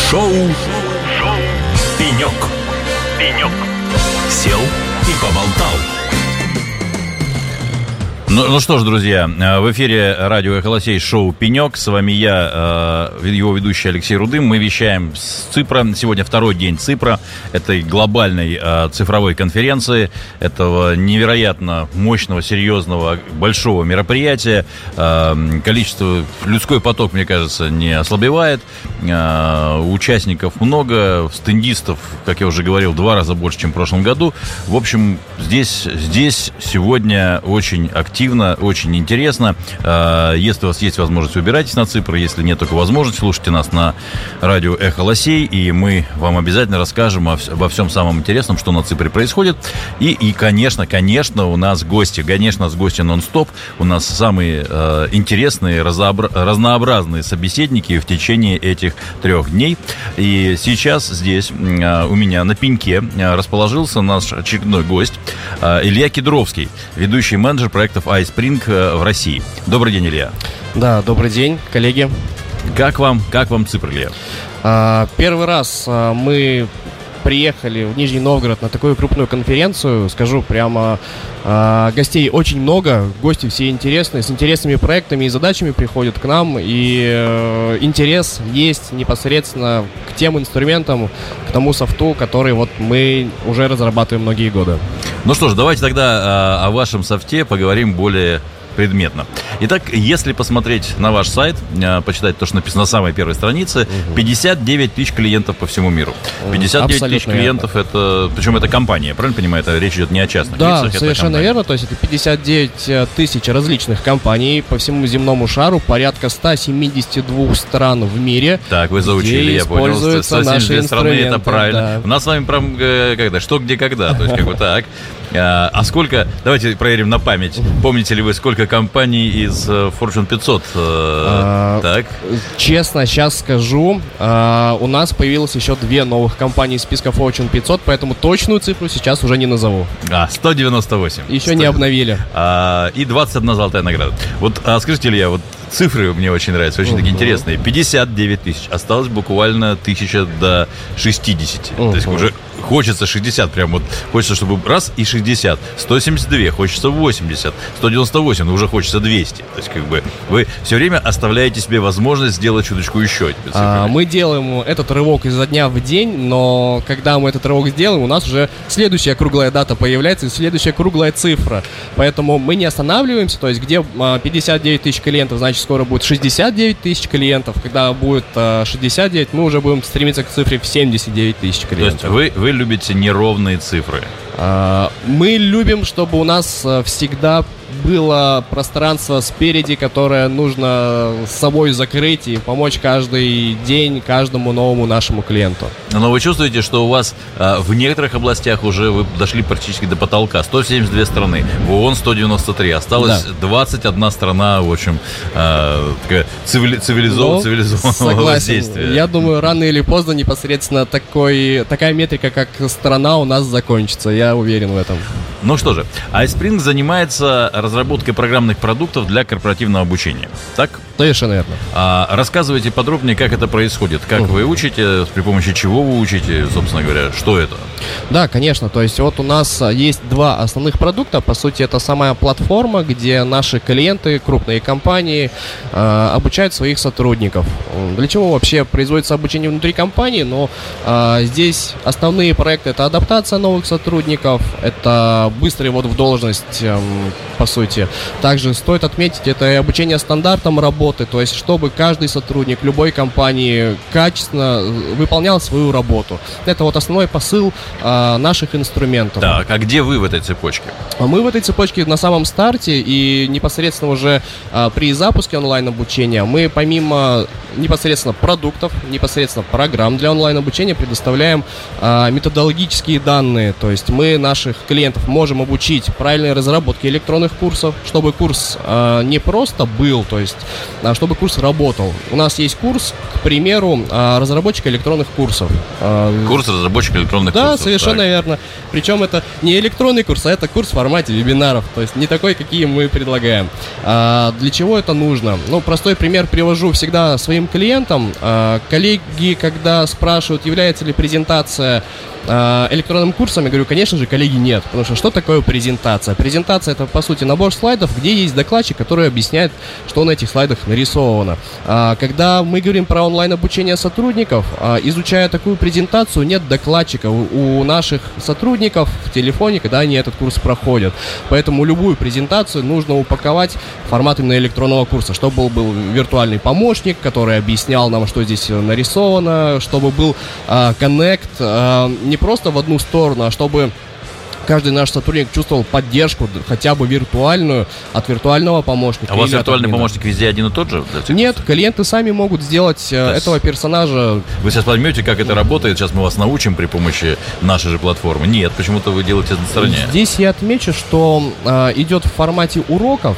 Пенек. Сел и поболтал. Ну что ж, друзья, в эфире радио «Эхо Лосей» шоу «Пенек». С вами я, его ведущий Алексей Рудым. Мы вещаем с Ципра. Сегодня второй день Ципра, этой глобальной цифровой конференции, этого невероятно мощного, серьезного, большого мероприятия. Количество, людской поток, мне кажется, не ослабевает. Участников много, стендистов, как я уже говорил, 2 раза больше, чем в прошлом году. В общем, здесь сегодня очень активно, очень интересно. Если у вас есть возможность, убирайтесь на Ципр. Если нет такой возможности, слушайте нас на радио «Эхо Лосей», и мы вам обязательно расскажем обо всем самом интересном, что на Ципре происходит. И конечно, у нас гости. Конечно, у нас гости нон-стоп. У нас самые интересные, разнообразные собеседники в течение этих 3 дней. И сейчас здесь у меня на пеньке расположился наш очередной гость Илья Кедровский, ведущий менеджер проектов iSpring в России. Добрый день, Илья. Да, добрый день, коллеги. Как вам Ципр, Илья? Первый раз мы приехали в Нижний Новгород на такую крупную конференцию. Скажу прямо, гостей очень много, гости все интересные, с интересными проектами и задачами приходят к нам. И интерес есть непосредственно к тем инструментам, к тому софту, который вот мы уже разрабатываем многие годы. Ну что ж, давайте тогда о вашем софте поговорим более предметно. Итак, если посмотреть на ваш сайт, почитать то, что написано на самой первой странице, 59 тысяч клиентов по всему миру. 59 Абсолютно тысяч клиентов, это, причем это компания, правильно понимаю? Это речь идет не о частных лицах. лицах. Да, совершенно верно. То есть это 59 тысяч различных компаний по всему земному шару, порядка 172 стран в мире. Так, вы заучили, я понял. 172 страны, это правильно. Да. У нас с вами когда? Что, где, когда. То есть как бы так. А сколько, давайте проверим на память. Помните ли вы, сколько компаний из Fortune 500? Так. Честно, сейчас скажу, у нас появилось еще 2 новых компании из списка Fortune 500, поэтому точную цифру сейчас уже не назову. 198. Еще не обновили. И 21 золотая награда. Вот скажите, Илья, вот цифры мне очень нравятся, очень такие интересные. 59 тысяч. Осталось буквально 1000 до 60. То есть уже хочется 60, прям вот хочется, чтобы раз и 60. 172, хочется 80. 198, но уже хочется 200. То есть как бы вы все время оставляете себе возможность сделать чуточку еще. Мы делаем этот рывок изо дня в день, но когда мы этот рывок сделаем, у нас уже следующая круглая дата появляется и следующая круглая цифра. Поэтому мы не останавливаемся, то есть где 59 тысяч клиентов, значит скоро будет 69 тысяч клиентов. Когда будет 69, мы уже будем стремиться к цифре в 79 тысяч клиентов. То есть вы любите неровные цифры? Мы любим, чтобы у нас всегда было пространство спереди, которое нужно с собой закрыть и помочь каждый день каждому новому нашему клиенту. Но вы чувствуете, что у вас в некоторых областях уже вы дошли практически до потолка. 172 страны, в ООН 193. Осталось 21 страна, в общем, цивилизованного воздействия. Я думаю, рано или поздно непосредственно такая метрика, как страна, у нас закончится. Я уверен в этом. Ну что же, iSpring занимается разработкой программных продуктов для корпоративного обучения. Так? Совершенно верно. Рассказывайте подробнее, как это происходит. Как вы учите, при помощи чего вы учите, собственно говоря, что это? Да, конечно. То есть вот у нас есть 2 основных продукта. По сути, это самая платформа, где наши клиенты, крупные компании, обучают своих сотрудников. Для чего вообще производится обучение внутри компании? Но здесь основные проекты — это адаптация новых сотрудников, это быстрый ввод в должность, по сути. Также стоит отметить, это и обучение стандартам работы, то есть чтобы каждый сотрудник любой компании качественно выполнял свою работу. Это вот основной посыл наших инструментов. Так, а где вы в этой цепочке? Мы в этой цепочке на самом старте, и непосредственно уже при запуске онлайн-обучения мы помимо непосредственно продуктов, непосредственно программ для онлайн-обучения предоставляем методологические данные, то есть мы наших клиентов можем обучить правильной разработке электронных курсов, чтобы курс не просто был, то есть, чтобы курс работал. У нас есть курс, к примеру, разработчика электронных курсов. Курс разработчика электронных курсов. Да, совершенно верно. Причем это не электронный курс, а это курс в формате вебинаров, то есть не такой, какие мы предлагаем. Для чего это нужно? Ну, простой пример привожу всегда своим клиентам. Коллеги, когда спрашивают, является ли презентация электронным курсом, я говорю, конечно же, коллеги, нет. Потому что такое презентация? Презентация — это, по сути, набор слайдов, где есть докладчик, который объясняет, что на этих слайдах нарисовано. Когда мы говорим про онлайн-обучение сотрудников, изучая такую презентацию, нет докладчика у наших сотрудников в телефоне, когда они этот курс проходят. Поэтому любую презентацию нужно упаковать в формат именно электронного курса, чтобы был виртуальный помощник, который объяснял нам, что здесь нарисовано, чтобы был коннект, не просто в одну сторону, а чтобы каждый наш сотрудник чувствовал поддержку, хотя бы виртуальную, от виртуального помощника. А у вас виртуальный помощник везде один и тот же? Нет, клиенты сами могут сделать этого персонажа. Вы сейчас поймете, как это работает, сейчас мы вас научим при помощи нашей же платформы. Нет, почему-то вы делаете это на стороне. Здесь я отмечу, что идет в формате уроков,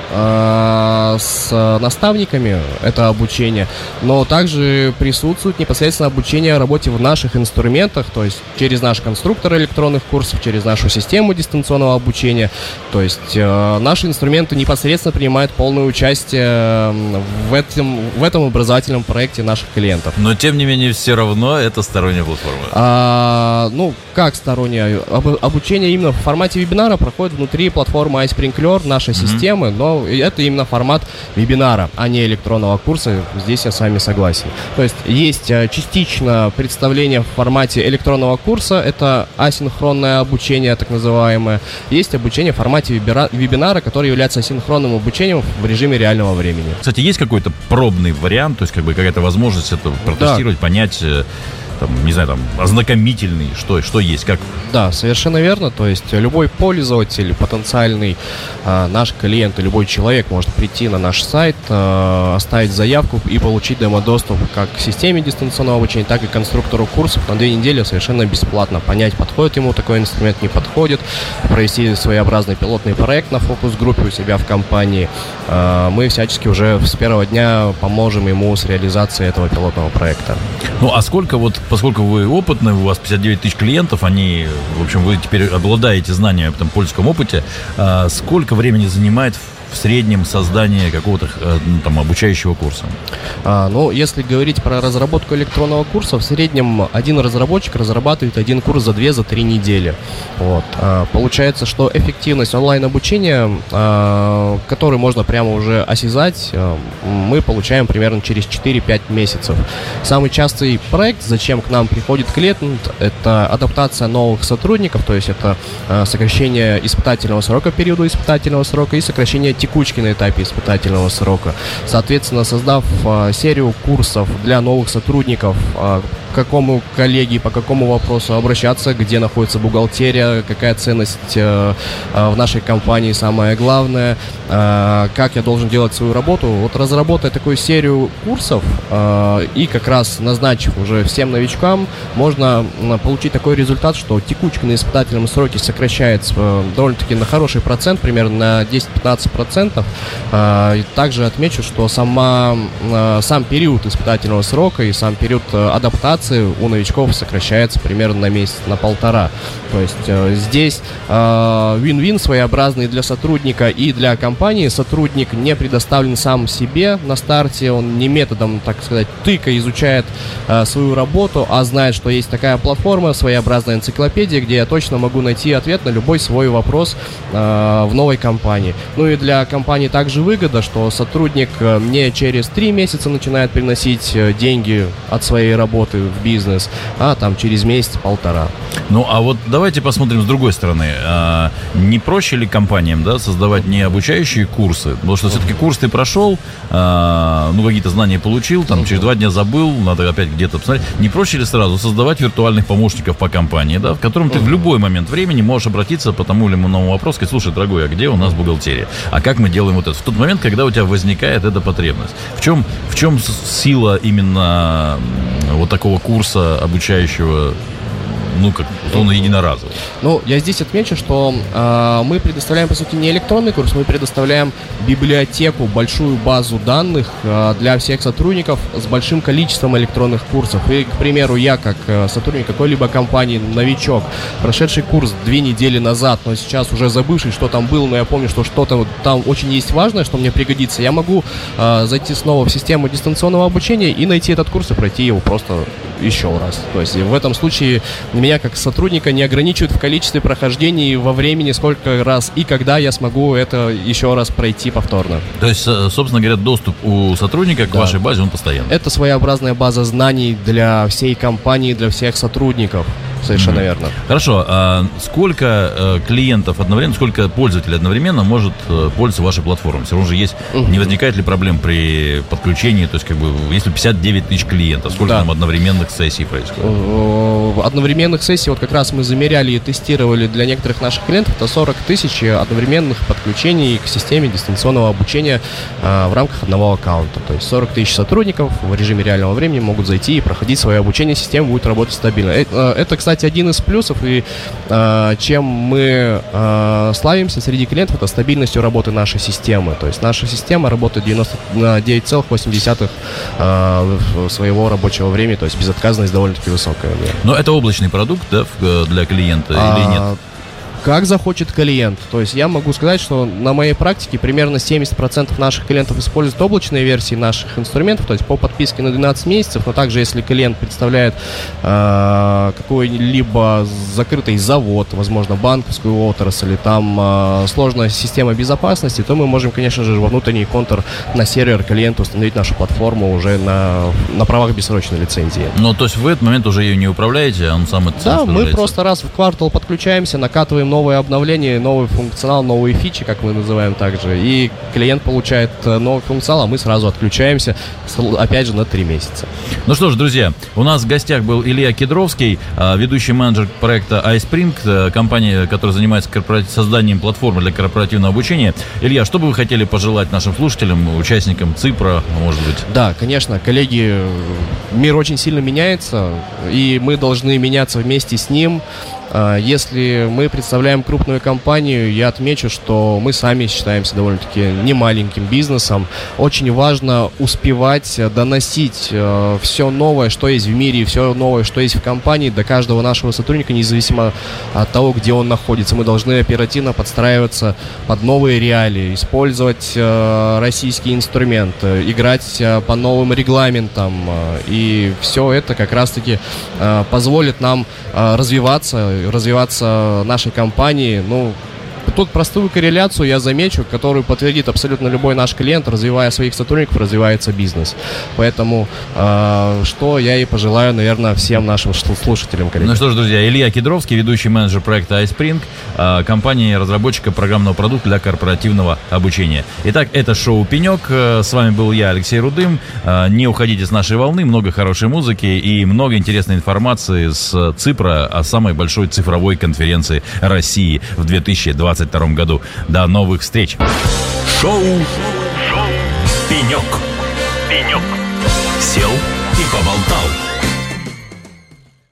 с наставниками это обучение, но также присутствует непосредственно обучение работе в наших инструментах, то есть через наш конструктор электронных курсов, через нашу систему дистанционного обучения. То есть наши инструменты непосредственно принимают полное участие в этом образовательном проекте наших клиентов. Но тем не менее все равно это сторонняя платформа. Как сторонняя? Обучение именно в формате вебинара проходит внутри платформы iSprinkler, нашей системы, но это именно формат вебинара, а не электронного курса. Здесь я с вами согласен. То есть частично представление в формате электронного курса, это асинхронное обучение, так называемое. Есть обучение в формате вебинара, который является асинхронным обучением в режиме реального времени. Кстати, есть какой-то пробный вариант, то есть какая-то возможность это протестировать, понять, ознакомительный, что есть, как? Да, совершенно верно. То есть любой пользователь, потенциальный наш клиент, любой человек может прийти на наш сайт, оставить заявку и получить демо-доступ как к системе дистанционного обучения, так и к конструктору курсов на 2 недели совершенно бесплатно. Понять, подходит ему такой инструмент, не подходит, провести своеобразный пилотный проект на фокус-группе у себя в компании. Мы всячески уже с первого дня поможем ему с реализацией этого пилотного проекта. Ну, а сколько поскольку вы опытны, у вас 59 тысяч клиентов, вы теперь обладаете знаниями об этом польском опыте, сколько времени занимает в среднем создание какого-то обучающего курса? Если говорить про разработку электронного курса, в среднем один разработчик разрабатывает один курс за 2-3 недели. Получается, что эффективность онлайн-обучения, который можно прямо уже осязать, мы получаем примерно через 4-5 месяцев. Самый частый проект, зачем к нам приходит клиент, это адаптация новых сотрудников, то есть это сокращение испытательного срока, периода испытательного срока и сокращение текучки на этапе испытательного срока. Соответственно, создав серию курсов для новых сотрудников, к какому коллеге, по какому вопросу обращаться, где находится бухгалтерия, какая ценность в нашей компании, самое главное, как я должен делать свою работу. Разработая такую серию курсов и как раз назначив уже всем новичкам, можно получить такой результат, что текучка на испытательном сроке сокращается довольно-таки на хороший процент, примерно на 10-15%. Также отмечу, что сам период испытательного срока и сам период адаптации у новичков сокращается примерно на месяц, на 1,5. То есть здесь вин-вин своеобразный для сотрудника и для компании. Сотрудник не предоставлен сам себе на старте, он не методом, так сказать, тыка изучает свою работу, а знает, что есть такая платформа, своеобразная энциклопедия, где я точно могу найти ответ на любой свой вопрос в новой компании. Ну и для компании также выгода, что сотрудник не через 3 месяца начинает приносить деньги от своей работы в бизнес, а через месяц-1,5. Ну, а вот давайте посмотрим с другой стороны. Не проще ли компаниям, создавать не обучающие курсы? Потому что все-таки курс ты прошел, какие-то знания получил, через 2 дня забыл, надо опять где-то посмотреть. Не проще ли сразу создавать виртуальных помощников по компании, в котором ты в любой момент времени можешь обратиться по тому или иному вопросу, сказать: слушай, дорогой, а где у нас бухгалтерия? А как мы делаем вот это? В тот момент, когда у тебя возникает эта потребность. В чем сила именно вот такого курса обучающего как условно единоразово? Ну, я здесь отмечу, что мы предоставляем, по сути, не электронный курс, мы предоставляем библиотеку, большую базу данных для всех сотрудников с большим количеством электронных курсов. И, к примеру, я, как сотрудник какой-либо компании, новичок, прошедший курс 2 недели назад, но сейчас уже забывший, что там было, но я помню, что что-то там очень есть важное, что мне пригодится, я могу зайти снова в систему дистанционного обучения и найти этот курс и пройти его просто еще раз. То есть в этом случае меня как сотрудника не ограничивают в количестве прохождений во времени, сколько раз и когда я смогу это еще раз пройти повторно. То есть, собственно говоря, доступ у сотрудника к вашей базе, он постоянный? Это своеобразная база знаний для всей компании, для всех сотрудников. Совершенно верно. Хорошо, а сколько клиентов одновременно, сколько пользователей одновременно может пользоваться вашей платформой? Все равно же есть, не возникает ли проблем при подключении, то есть если 59 тысяч клиентов, сколько там одновременных сессий происходит? Одновременных сессий, вот как раз мы замеряли и тестировали для некоторых наших клиентов, это 40 тысяч одновременных подключений к системе дистанционного обучения в рамках одного аккаунта. То есть 40 тысяч сотрудников в режиме реального времени могут зайти и проходить свое обучение, система будет работать стабильно. Это, кстати, один из плюсов, и чем мы славимся среди клиентов, это стабильностью работы нашей системы. То есть наша система работает 99,8 своего рабочего времени, то есть безотказность довольно-таки высокая. Но это облачный продукт, да, для клиента или нет? Как захочет клиент. То есть я могу сказать, что на моей практике примерно 70% наших клиентов используют облачные версии наших инструментов, то есть по подписке на 12 месяцев, но также если клиент представляет какой-либо закрытый завод, возможно, банковскую отрасль, там сложная система безопасности, то мы можем, конечно же, во внутренний контур на сервер клиента установить нашу платформу уже на правах бессрочной лицензии. Ну, то есть вы в этот момент уже ее не управляете, а он сам это Да, справляется? мы просто раз в квартал подключаемся, накатываем новые обновления, новый функционал, новые фичи, как мы называем также, и клиент получает новый функционал, а мы сразу отключаемся, опять же, на 3 месяца. Ну что ж, друзья, у нас в гостях был Илья Кедровский, ведущий менеджер проекта iSpring, компания, которая занимается созданием платформы для корпоративного обучения. Илья, что бы вы хотели пожелать нашим слушателям, участникам ЦИПРа, может быть? Да, конечно, коллеги, мир очень сильно меняется, и мы должны меняться вместе с ним. Если мы представляем крупную компанию, я отмечу, что мы сами считаемся довольно-таки немаленьким бизнесом. Очень важно успевать доносить все новое, что есть в мире, все новое, что есть в компании, до каждого нашего сотрудника, независимо от того, где он находится. Мы должны оперативно подстраиваться под новые реалии, использовать российские инструменты, играть по новым регламентам. И все это как раз-таки позволит нам развиваться нашей компании. Ну, тут простую корреляцию я замечу, которую подтвердит абсолютно любой наш клиент. Развивая своих сотрудников, развивается бизнес. Поэтому, что я и пожелаю, наверное, всем нашим слушателям, коллеги. Ну что ж, друзья, Илья Кедровский, ведущий менеджер проекта iSpring, компании разработчика программного продукта для корпоративного обучения. Итак, это шоу «Пенек». С вами был я, Алексей Рудым. Не уходите с нашей волны. Много хорошей музыки и много интересной информации с ЦИПРа, о самой большой цифровой конференции России в 2022 году. До новых встреч! Шоу «Пенек».